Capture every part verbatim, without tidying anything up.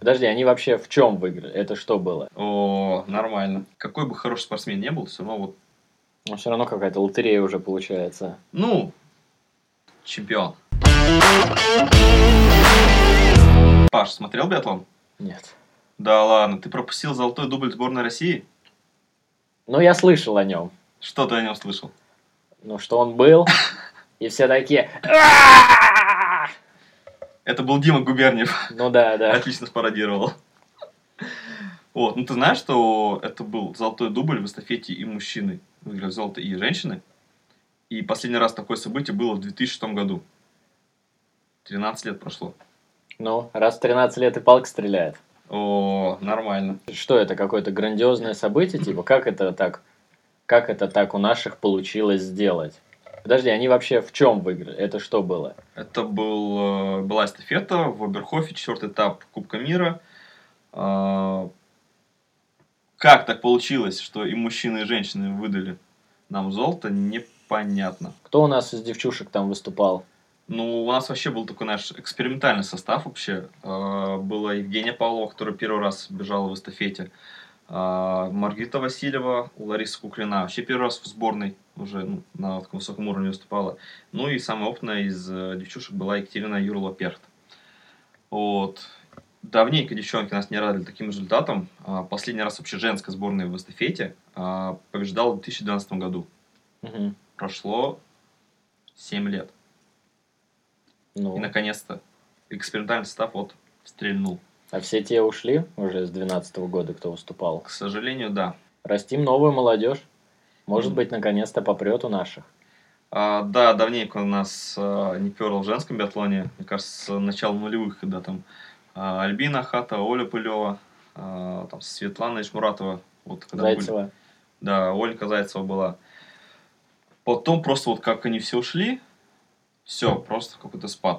Подожди, они вообще в чем выиграли? Это что было? О, нормально. Какой бы хороший спортсмен не был, все равно вот... Ну, все равно какая-то лотерея уже получается. Ну, чемпион. Паш, смотрел биатлон? Нет. Да ладно, ты пропустил золотой дубль сборной России? Ну, я слышал о нем. Что ты о нем слышал? Ну, что он был, и все такие... Это был Дима Губерниев. Ну да, да. Отлично спародировал. Вот, ну ты знаешь, что это был золотой дубль в эстафете и мужчины выиграли золото, и женщины. И последний раз такое событие было в две тысячи шестом году. тринадцать лет прошло. Ну, раз в тринадцать лет и палка стреляет. О, нормально. Что это, какое-то грандиозное событие? Типа, как это так, как это так у наших получилось сделать? Подожди, они вообще в чем выиграли? Это что было? Это был, была эстафета в Оберхофе, четвертый этап Кубка мира. Как так получилось, что и мужчины, и женщины выдали нам золото, непонятно. Кто у нас из девчушек там выступал? Ну, у нас вообще был такой наш экспериментальный состав вообще. Была Евгения Павлова, которая первый раз бежала в эстафете. Маргарита Васильева, Лариса Куклина. Вообще первый раз в сборной уже ну, на таком высоком уровне выступала. Ну и самая опытная из девчушек была Екатерина Юрова-Перт. Вот. Давненько девчонки нас не радовали таким результатом. Последний раз вообще женская сборная в эстафете побеждала в две тысячи двенадцатом году. Угу. Прошло семь лет. Ну. И наконец-то экспериментальный состав вот стрельнул. А все те ушли уже с двенадцатого года, кто выступал? К сожалению, да. Растим новую молодежь. Может быть, наконец-то попрет у наших. А, да, давненько у нас а, не перло в женском биатлоне. Мне кажется, с начала нулевых, когда там а, Альбина Хата, Оля Пылева, а, там Светлана Ишмуратова. Вот, когда Зайцева. Были... Да, Ольга Зайцева была. Потом просто вот как они все ушли, все, просто какой-то спад.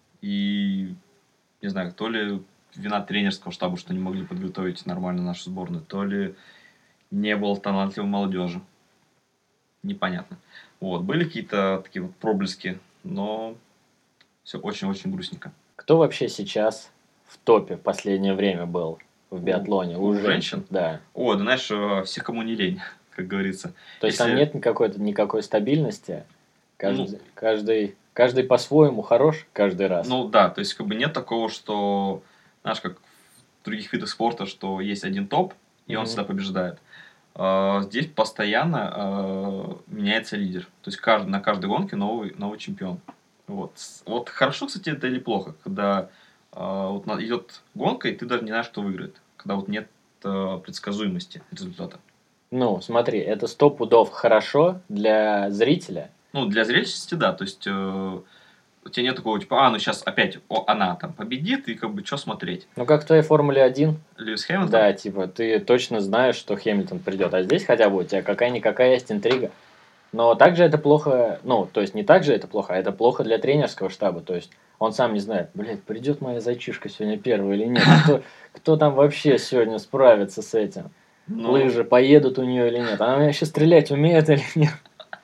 И не знаю, то ли вина тренерского штаба, что не могли подготовить нормально нашу сборную, то ли не было талантливой молодежи. Непонятно. Вот, были какие-то такие вот проблески, но все очень-очень грустненько. Кто вообще сейчас в топе в последнее время был в биатлоне? У, у женщин? женщин? Да. О, да знаешь, все, кому не лень, как говорится. То есть Если... там нет никакой, никакой стабильности? Каждый, ну, каждый, каждый по-своему хорош каждый раз? Ну да, то есть как бы нет такого, что, знаешь, как в других видах спорта, что есть один топ, и mm-hmm. он всегда побеждает. Uh, здесь постоянно uh, меняется лидер. То есть каждый, на каждой гонке новый, новый чемпион. Вот. Вот хорошо, кстати, это или плохо, когда uh, вот идет гонка, и ты даже не знаешь, кто выиграет. Когда вот нет uh, предсказуемости результата. Ну, смотри, это сто пудов хорошо для зрителя. Ну, для зрелищности, да. То есть uh, у тебя нет такого, типа, а, ну сейчас опять о, она там победит, и как бы что смотреть. Ну, как в твоей Формуле один. Льюис Хэмилтон? Да, типа, ты точно знаешь, что Хэмилтон придет. А здесь хотя бы у тебя какая-никакая есть интрига. Но также это плохо, ну, то есть не так же это плохо, а это плохо для тренерского штаба. То есть он сам не знает, блядь, придет моя зайчишка сегодня первая или нет. Кто, кто там вообще сегодня справится с этим? Ну... Лыжи поедут у нее или нет? Она вообще стрелять умеет или нет?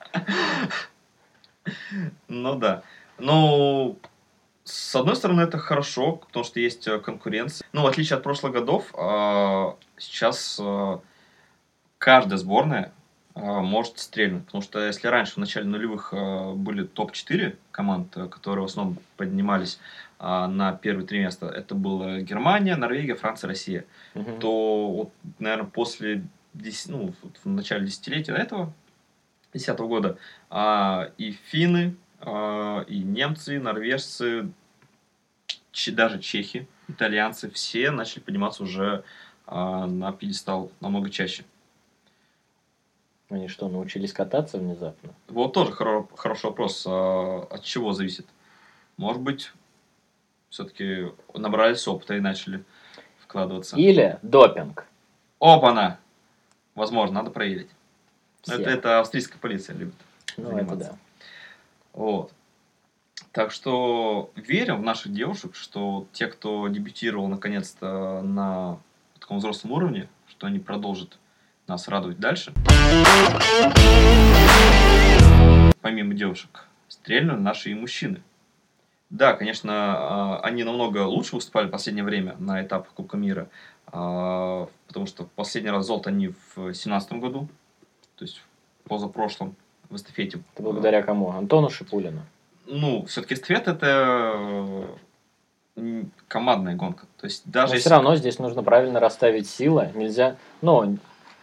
Ну да. Ну, с одной стороны, это хорошо, потому что есть конкуренция. Ну, в отличие от прошлых годов, сейчас каждая сборная может стрельнуть. Потому что если раньше, в начале нулевых, были топ четыре команд, которые в основном поднимались на первые три места, это была Германия, Норвегия, Франция, Россия, угу. то, вот, наверное, после, ну, в начале десятилетия этого, десятого года, и финны, и немцы, и норвежцы, даже чехи, итальянцы, все начали подниматься уже на пьедестал намного чаще. Они что, научились кататься внезапно? Вот тоже хоро- хороший вопрос. От чего зависит? Может быть, все-таки набрались опыта и начали вкладываться. Или допинг. Опа-на! Возможно, надо проверить. Это, это австрийская полиция любит ну, заниматься. Это да. Вот. Так что верим в наших девушек, что те, кто дебютировал наконец-то на таком взрослом уровне, что они продолжат нас радовать дальше. Помимо девушек, стрельнули наши и мужчины. Да, конечно, а, они намного лучше выступали в последнее время на этапах Кубка мира, а, потому что последний раз золото они в семнадцатом году, то есть в позапрошлом, в эстафете. Это благодаря кому? Антону Шипулину? Ну, все-таки эстафета это э, командная гонка. То есть даже Но если... все равно здесь нужно правильно расставить силы. Нельзя, ну,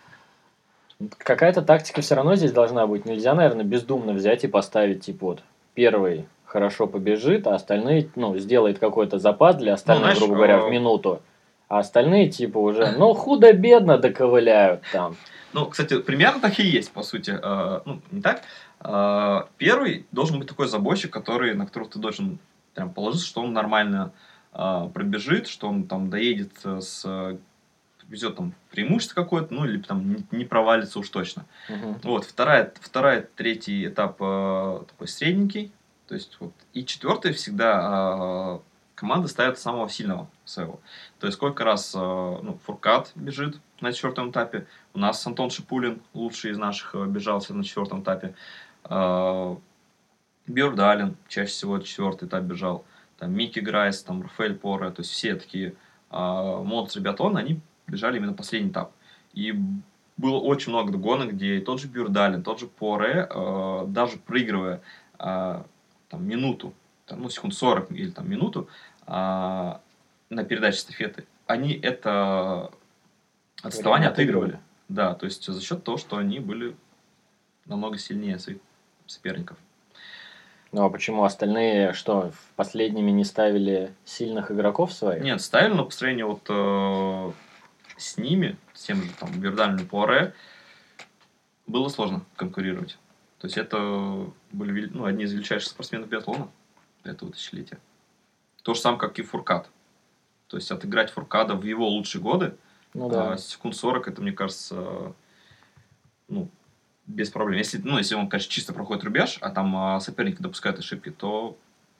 какая-то тактика все равно здесь должна быть. Нельзя, наверное, бездумно взять и поставить, типа, вот, первый хорошо побежит, а остальные, ну, сделает какой-то запас для Ну, остальных, знаешь, грубо говоря, в э, минуту. А остальные, типа, уже, ну, худо-бедно доковыляют там. ну, кстати, примерно так и есть, по сути. Э, Ну, не так. Э, Первый должен быть такой забойщик, который, на которого ты должен прям положиться, что он нормально э, пробежит, что он там доедет э, с везет там преимущество какое-то, ну или там не, не провалится уж точно. Мгм. Вот, вторая, вторая, третий этап э, такой средненький, то есть вот, и четвертый всегда э, команда ставит самого сильного своего. То есть сколько раз э, ну, Фуркат бежит на четвертом этапе, у нас Антон Шипулин, лучший из наших, э, бежался на четвертом этапе, э, Бьордален чаще всего четвертый этап бежал, там Микки Грайс, там Рафаэль Поре, то есть все такие э, монстры биатлона, они бежали именно последний этап. И было очень много гонок, где тот же Бьордален, тот же Поре, э, даже проигрывая э, там, минуту, там, ну, секунд сорок или там, минуту э, на передаче эстафеты, они это отставание Время отыгрывали. отыгрывали. Да, то есть за счет того, что они были намного сильнее своих соперников. Ну а почему остальные, что, в последними не ставили сильных игроков своих? Нет, ставили, но по сравнению вот э, с ними, с тем же там Бьордалем и Пуаре, было сложно конкурировать. То есть это были вел- ну, одни из величайших спортсменов биатлона этого тысячелетия. То же самое, как и Фуркат. То есть отыграть Фуркада в его лучшие годы, Ну а, да. секунд сорок, это, мне кажется, ну, без проблем. Если, ну, если он, конечно, чисто проходит рубеж, а там а, соперники допускают ошибки, то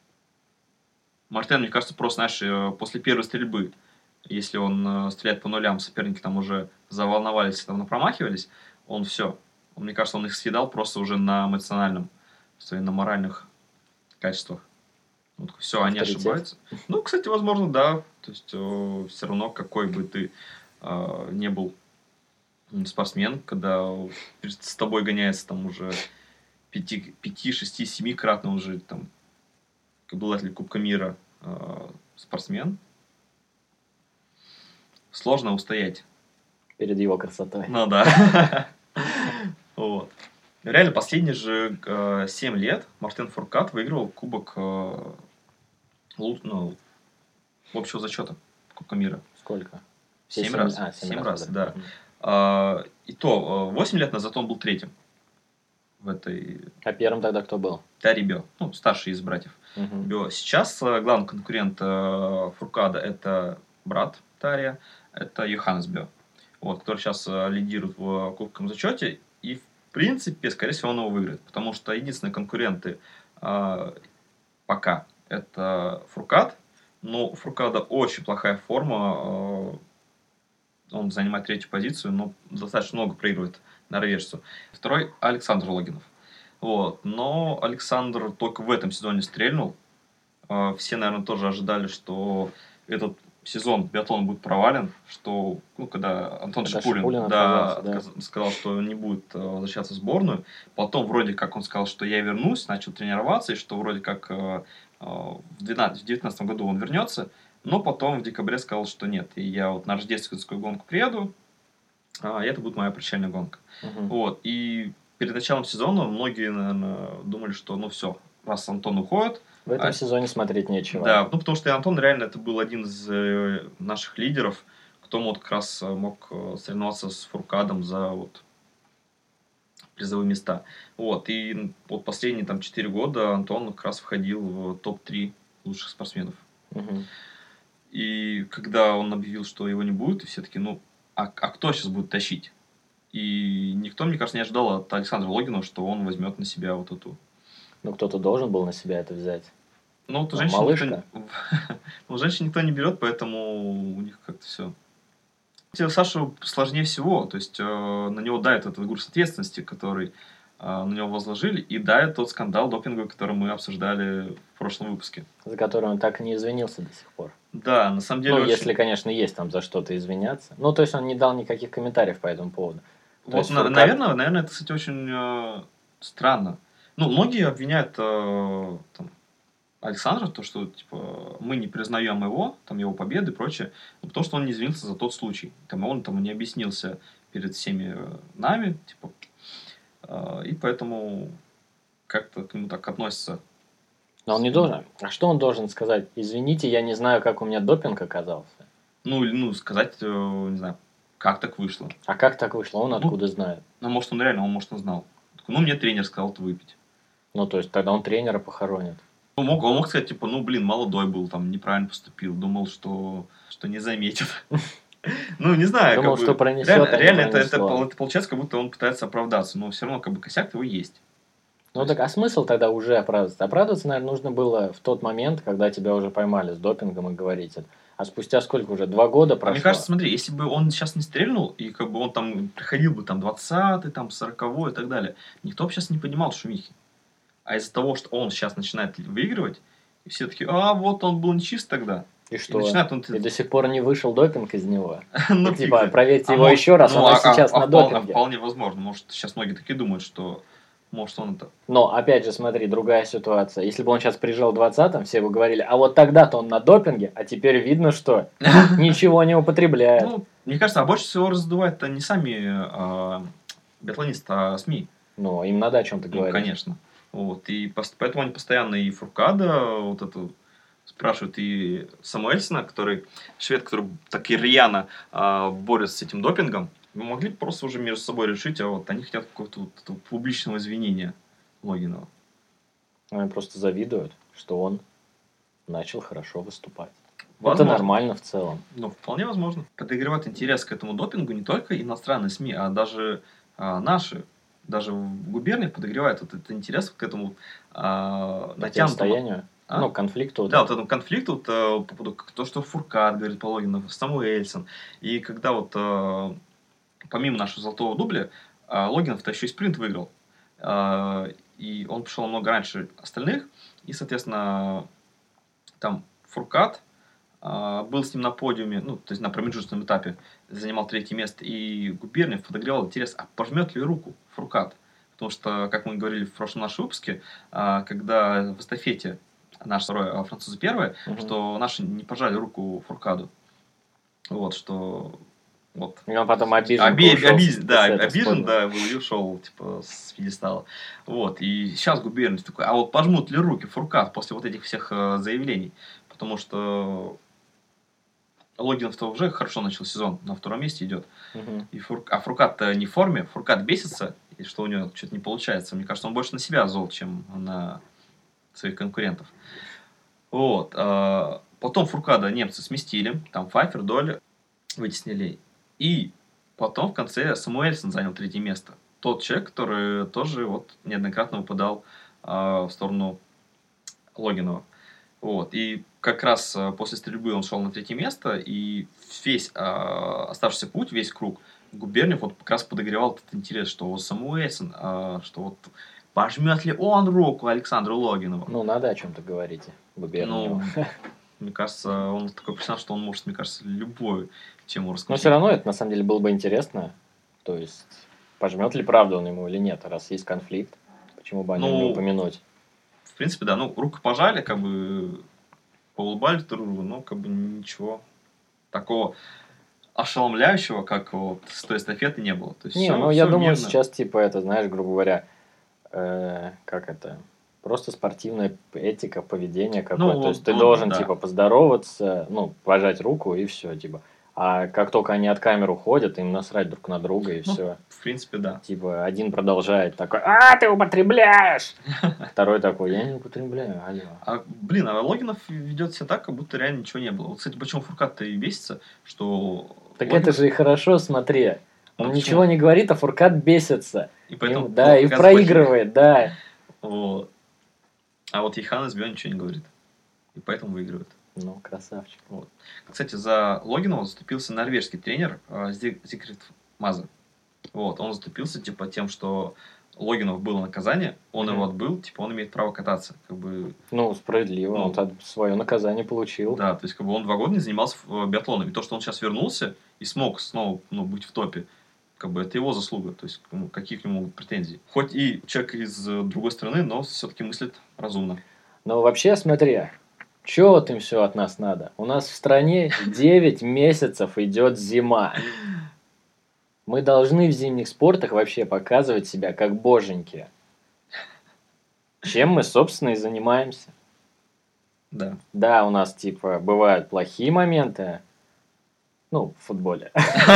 Мартен, мне кажется, просто, знаешь, э, после первой стрельбы, если он э, стреляет по нулям, соперники там уже заволновались, там промахивались, он все. Он, мне кажется, он их съедал просто уже на эмоциональном, что ли, на моральных качествах. Вот, все, они Авторитет. ошибаются. Ну, кстати, возможно, да. То есть э, все равно, какой бы ты э, не был м, спортсмен, когда перед- с тобой гоняется там уже пяти, пяти, шести, семикратно уже там обладатель Кубка мира э, спортсмен, сложно устоять. Перед его красотой. Ну да. Вот. Реально, последние же э, семь лет Мартин Фуркат выигрывал Кубок э, лу- ну, общего зачета Кубка мира. Сколько? Все Семь семь... раз. А, семь Семь раз, раз, да. да. Мгм. А, и то, э, восемь лет назад он был третьим в этой А первым тогда кто был? Тари Бё, ну, старший из братьев Мгм. Бё. Сейчас э, главный конкурент э, Фуркада это брат Тария, это Йоханнес Бё, вот, который сейчас э, лидирует в кубковом зачете. И, в принципе, скорее всего, он его выиграет. Потому что единственные конкуренты э, пока это Фуркад. Но у Фуркада очень плохая форма. э, Он занимает третью позицию, но достаточно много проигрывает норвежцу. Второй Александр Логинов. Вот. Но Александр только в этом сезоне стрельнул. Э, Все, наверное, тоже ожидали, что этот сезон биатлон будет провален, что, ну, когда Антон Когда Шипулин, Шипулин да, отказался, да. отказ- сказал, что не будет э, возвращаться в сборную, потом вроде как он сказал, что я вернусь, начал тренироваться, и что вроде как э, э, в две тысячи девятнадцатом году он вернется, но потом в декабре сказал, что нет, и я вот на рождественскую гонку приеду, а, и это будет моя прощальная гонка. Мгм. Вот, и перед началом сезона многие, наверное, думали, что ну все, раз Антон уходит, В этом а сезоне смотреть нечего. да, ну потому что и Антон реально это был один из э, наших лидеров, кто вот как раз э, мог э, соревноваться с Фуркадом за вот призовые места. Вот, и вот последние там четыре года Антон как раз входил в топ три лучших спортсменов. Мгм. И когда он объявил, что его не будет, и все таки ну, а, а кто сейчас будет тащить? И никто, мне кажется, не ожидал от Александра Логинова, что он возьмет на себя вот эту... Ну, кто-то должен был на себя это взять. Ну, вот у Ну, женщин никто, малышка. у женщин никто не берет, поэтому у них как-то все. Сашу сложнее всего, то есть э, на него давит этот груз ответственности, который на него возложили. И да, тот скандал допинговый, который мы обсуждали в прошлом выпуске. За который он так и не извинился до сих пор. Да, на самом деле Ну, очень... если, конечно, есть там за что-то извиняться. Ну, то есть он не дал никаких комментариев по этому поводу. То Вот, есть на- Фуркат- наверное, наверное, это, кстати, очень э, странно. Ну, многие обвиняют э, там, Александра, то, что типа, мы не признаем его, там, его победы и прочее, ну, потому что он не извинился за тот случай. Там, он там не объяснился перед всеми э, нами, типа, э, и поэтому как-то к нему так относятся. Но он не должен. А что он должен сказать? Извините, я не знаю, как у меня допинг оказался. Ну, или, ну, сказать, э, не знаю, как так вышло. А как так вышло? Он Ну, откуда знает? Ну, может, он реально, он, может, он знал. Такой, ну, мне тренер сказал это выпить. Ну, то есть тогда он тренера похоронит. Ну, мог, он мог сказать, типа, ну, блин, молодой был, там, неправильно поступил, думал, что, что не заметит. Ну, не знаю, Думал, как бы, что пронесет, реально, а не реально это, это, пронесло. пол- это получается, как будто он пытается оправдаться, но все равно, как бы, косяк его есть. Ну так, а смысл тогда уже оправдываться? Оправдываться, наверное, нужно было в тот момент, когда тебя уже поймали с допингом и говорить это. А спустя сколько уже? Два года А прошло? мне кажется, смотри, если бы он сейчас не стрельнул, и как бы он там приходил бы там двадцатый, там сороковой и так далее, никто бы сейчас не понимал шумихи. А из-за того, что он сейчас начинает выигрывать, и все такие, а вот он был нечист тогда. И что? начинает он... И до сих пор не вышел допинг из него? Ну, И фиг типа, знает. проверьте А его может- еще раз, ну, он а- сейчас а- на а вполне- допинге. Вполне возможно. Может, сейчас многие такие думают, что может он это... Но, опять же, смотри, другая ситуация. Если бы он сейчас приезжал в двадцатом, все бы говорили, а вот тогда-то он на допинге, а теперь видно, что ничего не употребляет. Ну, мне кажется, а больше всего раздувает-то не сами э, биатлонисты, а СМИ. Ну, им надо о чем-то Ну, говорить. конечно. Вот. И пос- поэтому они постоянно и Фуркада вот это спрашивают, и Самуэльсона, который швед, который так и рьяно э, борется с этим допингом. Вы могли бы просто уже между собой решить, а вот они хотят какого-то вот этого публичного извинения Логинова. Они просто завидуют, что он начал хорошо выступать. Возможно. Это нормально в целом. Ну, вполне возможно. Подогревает интерес к этому допингу не только иностранные СМИ, а даже а, наши. Даже в губерниях подогревает вот этот интерес к этому а, натянутому... Противостоянию. А? Ну, конфликту. вот Да, вот этому. этому конфликту, вот, э, по поводу то, что Фуркат говорит по Логинову, Самуэльсон. И когда вот э, помимо нашего золотого дубля, э, Логинов-то еще и спринт выиграл. Э, и он пришел намного раньше остальных. И, соответственно, там Фуркат э, был с ним на подиуме, ну, то есть на промежуточном этапе, занимал третье место. И Губерниев подогревал интерес, а пожмет ли руку Фуркат? Потому что, как мы говорили в прошлом нашем выпуске, э, когда в эстафете наш второй, а французы первые, Мгм. что наши не пожали руку Фуркаду. Вот, что... Вот. И он потом обижен. Обе- ушел обижен, с- да, с этого обижен, спорта. да, был и ушел, типа, с пьедестала. Вот, и сейчас Губерниев такой, а вот пожмут ли руки Фуркат после вот этих всех э, заявлений? Потому что Логинов-то уже хорошо начал сезон, на втором месте идет. Мгм. И Фур... А Фуркат-то не в форме, Фуркат бесится, и что у него что-то не получается. Мне кажется, он больше на себя зол, чем на своих конкурентов. Вот. а, Потом Фуркада немцы сместили, там Файфер, Доль вытеснили. И потом в конце Самуэльсон занял третье место. Тот человек, который тоже вот неоднократно выпадал а, в сторону Логинова. Вот. И как раз а, после стрельбы он шел на третье место, и весь а, оставшийся путь, весь круг, Губерниев вот как раз подогревал этот интерес, что вот Самуэльсон, а, что вот пожмет ли он руку Александру Логинову. Ну, надо о чем-то говорить. Губерниеву. Ну, мне кажется, он такой персонаж, что он может, мне кажется, любую тему Но раскрутить. все равно это на самом деле было бы интересно. То есть, пожмет ли правду он ему или нет, раз есть конфликт. Почему бы о нем не Ну, упомянуть? В принципе, да, ну, руку пожали, как бы поулыбались друг другу, но как бы ничего такого ошеломляющего, как вот с той эстафеты, не было. То есть Не, всё- ну я всё думаю, мирно. сейчас типа это, знаешь, грубо говоря, э, как это, просто спортивная этика, поведение какое-то. Ну, То есть ты ну, должен да. типа поздороваться, ну, пожать руку и все, типа. А как только они от камеры ходят, им насрать друг на друга и Ну, все. в принципе, да. Типа один продолжает такой, а ты употребляешь, второй такой, я не употребляю, алло. А, блин, а Логинов ведет себя так, как будто реально ничего не было. Вот, кстати, почему Фуркат-то и бесится, что... Так Логинов- это же и хорошо, смотри. Ну, Он почему? ничего не говорит, а Фуркат бесится. И поэтому И- да, и Фуркат проигрывает, да. Вот. А вот Йоханнес Бьон ничего не говорит. И поэтому выигрывает. Ну, красавчик. Вот. Кстати, за Логинова заступился норвежский тренер э, Зи- Зигфрид Маза. Вот, он заступился типа тем, что Логинов было наказание, он Мгм. его отбыл, типа он имеет право кататься. Как бы, Ну, справедливо, Ну. он так свое наказание получил. да, то есть как бы он два года не занимался э, биатлоном. И то, что он сейчас вернулся и смог снова ну, быть в топе, как бы это его заслуга. То есть ну, какие к нему претензии. Хоть и человек из э, другой страны, но все-таки мыслит разумно. Но вообще, смотри, чё вот им все от нас надо? У нас в стране девять месяцев идет зима. Мы должны в зимних спортах вообще показывать себя как боженьки. Чем мы, собственно, и занимаемся. Да. Да, у нас, типа, бывают плохие моменты, ну, в футболе.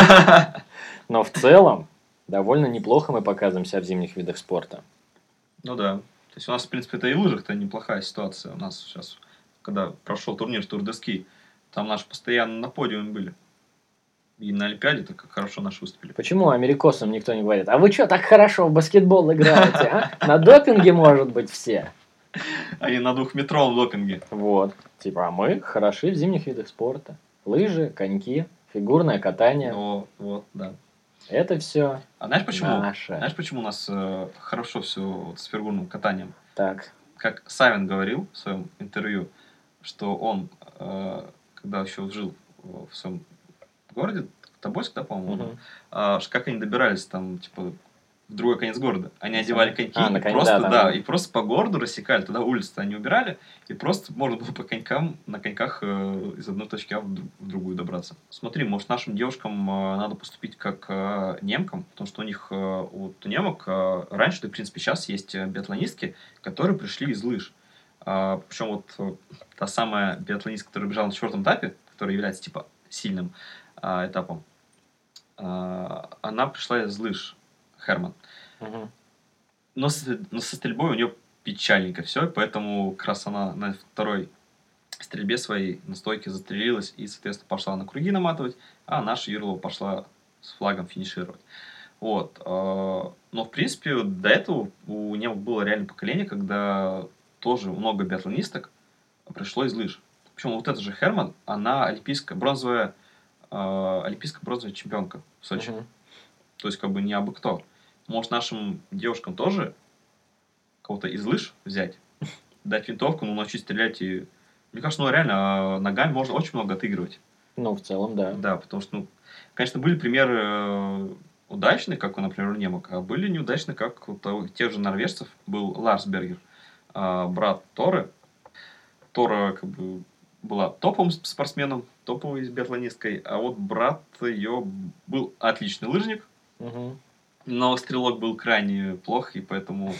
Но в целом, довольно неплохо мы показываем себя в зимних видах спорта. Ну да. То есть у нас, в принципе, это и в лыжах-то неплохая ситуация. У нас сейчас, когда прошел турнир Тур де Ски, там наши постоянно на подиуме были. И на Олимпиаде так как хорошо наши выступили. Почему америкосам никто не говорит? А вы что, так хорошо в баскетбол играете, а? На допинге, может быть, все? Они на двухметровом допинге. Вот. Типа, а мы хороши в зимних видах спорта. Лыжи, коньки, фигурное катание. О, вот, да. Это все А знаешь почему? наше. Знаешь, почему у нас э, хорошо все вот с фигурным катанием? Так. Как Савин говорил в своем интервью, что он, э, когда еще жил в своем городе, Тобольск, да, по-моему, Мгм. а, ш- как они добирались там, типа, в другой конец города. Они На одевали самом- коньки А, на и конь- просто, да, да, там- и просто по городу рассекали, туда улицы они убирали, и просто можно было по конькам, на коньках э, из одной точки А в, дру- в другую добраться. Смотри, может, нашим девушкам э, надо поступить как э, немкам, потому что у них, э, вот у немок э, раньше, да, в принципе, сейчас есть э, биатлонистки, которые пришли из лыж. А, причем вот э, та самая биатлонистка, которая бежала на четвертом этапе, которая является, типа, сильным а, этапом, а, она пришла из лыж, Херман. Мгм. Но, с- но со стрельбой у нее печальненько все, поэтому как раз она на второй стрельбе своей на стойке застрелилась и, соответственно, пошла на круги наматывать, а наша Юрлова пошла с флагом финишировать. Вот. а, Но, в принципе, до этого у него было реально поколение, когда тоже много биатлонисток пришло из лыж. Причем вот эта же Херман, она олимпийская, бронзовая, а, олимпийская бронзовая чемпионка в Сочи. Мгм. То есть, как бы не абы кто. Может, нашим девушкам тоже кого-то из лыж взять, дать винтовку, ну, научить стрелять и... Мне кажется, ну, реально, а, ногами можно очень много отыгрывать. Ну, в целом, да. Да, потому что, ну, конечно, были примеры э, удачные, как, например, у немок, а были неудачные, как у того- тех же норвежцев был Ларс Бергер, а, брат Торы. Тора, как бы, была топовым сп- спортсменом, топовой биатлонисткой, а вот брат ее был отличный лыжник, Мгм. но стрелок был крайне плох, и поэтому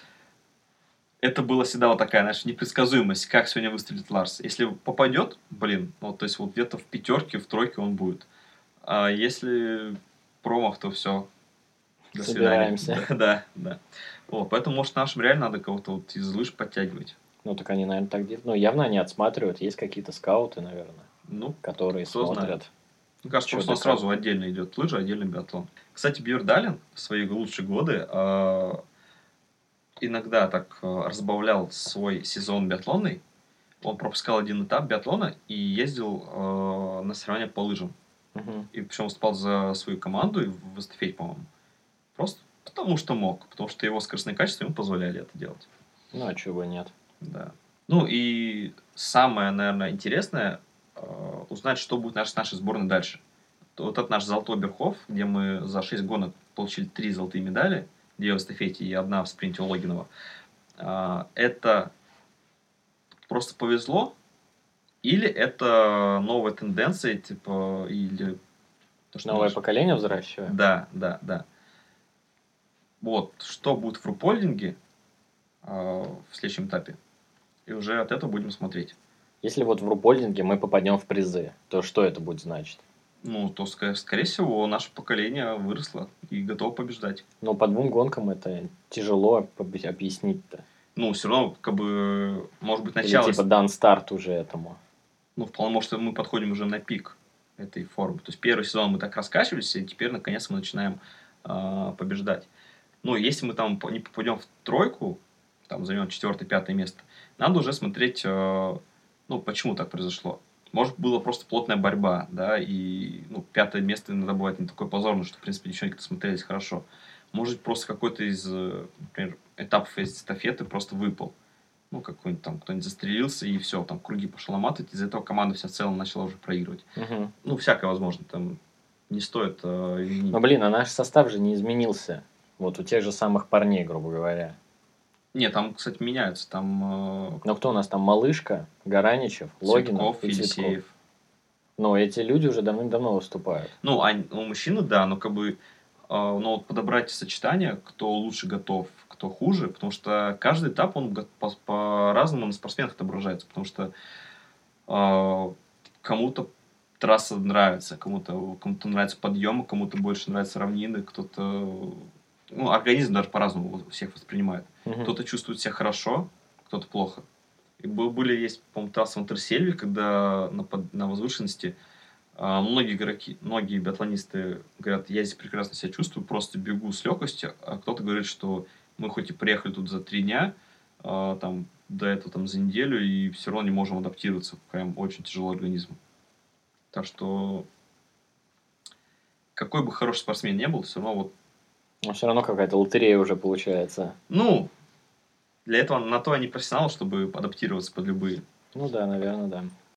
это была всегда вот такая, знаешь, непредсказуемость, как сегодня выстрелит Ларс. Если попадет, блин, ну, то есть вот где-то в пятерке, в тройке он будет. А если промах, то все, до свидания. Собираемся. Да, да, да. Вот, поэтому, может, нашим реально надо кого-то вот из лыж подтягивать. Ну, так они, наверное, так делают. Ну, явно они отсматривают. Есть какие-то скауты, наверное, Ну, которые кто знает. смотрят. Мне кажется, Чё просто да он как. сразу отдельно идет лыжи, отдельно биатлон. Кстати, Бьерн Дален в свои лучшие годы а, иногда так а, разбавлял свой сезон биатлонный. Он пропускал один этап биатлона и ездил а, на соревнования по лыжам. Мгм. И причем выступал за свою команду и в эстафете, по-моему. Просто потому что мог, потому что его скоростные качества ему позволяли это делать. Ну, а чего бы нет. Да. Ну и самое, наверное, интересное э, узнать, что будет наш, с нашей сборной дальше. То- Вот этот наш золотой Берхов, где мы за шесть гонок получили три золотые медали, две в эстафете и одна в спринте у Логинова. А, это просто повезло? Или это новая тенденция, типа, или... то, что Новое наш- поколение взращиваем. Да, да, да. Вот, что будет в рупольдинге а, в следующем этапе. И уже от этого будем смотреть. Если вот в рупольдинге мы попадем в призы, то что это будет значить? Ну, то, ска- скорее всего, наше поколение выросло и готово побеждать. Ну, по двум гонкам это тяжело объ- объяснить-то. Ну, все равно, как бы, может быть, Или начало... типа дан старт уже этому. Ну, вполне может, мы подходим уже на пик этой формы. То есть, первый сезон мы так раскачивались, и теперь, наконец, мы начинаем а, побеждать. Ну, если мы там по- не попадем в тройку, там, займем четвертое, пятое место, надо уже смотреть, э, ну, почему так произошло. Может, была просто плотная борьба, да, и, ну, пятое место иногда бывает не такое позорное, что, в принципе, девчонки-то смотрелись хорошо. Может, просто какой-то из, э, например, этапов эстафеты просто выпал. Ну, какой-нибудь там кто-нибудь застрелился, и все, там круги пошел наматывать, из-за этого команда вся в целом начала уже проигрывать. Мгм. Ну, всякое возможно, там не стоит э, винить. Ну, блин, а наш состав же не изменился. Вот у тех же самых парней, грубо говоря. Нет, там, кстати, меняются. Там э, Но кто у нас там? Малышка, Гараничев, Логинов Цветков, и Цветков. Елисеев. Но эти люди уже давным-давно выступают. Ну, а у мужчины, да, но как бы, э, но вот подобрать сочетание, кто лучше готов, кто хуже, потому что каждый этап, он го- по- по-разному на спортсменах отображается, потому что э, кому-то трасса нравится, кому-то кому-то нравятся подъемы, кому-то больше нравятся равнины, кто-то... Ну, организм даже по-разному у всех воспринимает. Мгм. Кто-то чувствует себя хорошо, кто-то плохо. И бы- были, есть, по-моему, трасса в Интерсельве, когда на, под- на возвышенности а, многие игроки, многие биатлонисты говорят, я здесь прекрасно себя чувствую, просто бегу с легкостью, а кто-то говорит, что мы хоть и приехали тут за три дня, а, там, до этого там за неделю, и все равно не можем адаптироваться, прям очень тяжело организму. Так что, какой бы хороший спортсмен не был, все равно вот, Но все равно какая-то лотерея уже получается. ну, для этого на то они профессионалы, чтобы адаптироваться под любые. Ну да, наверное, да.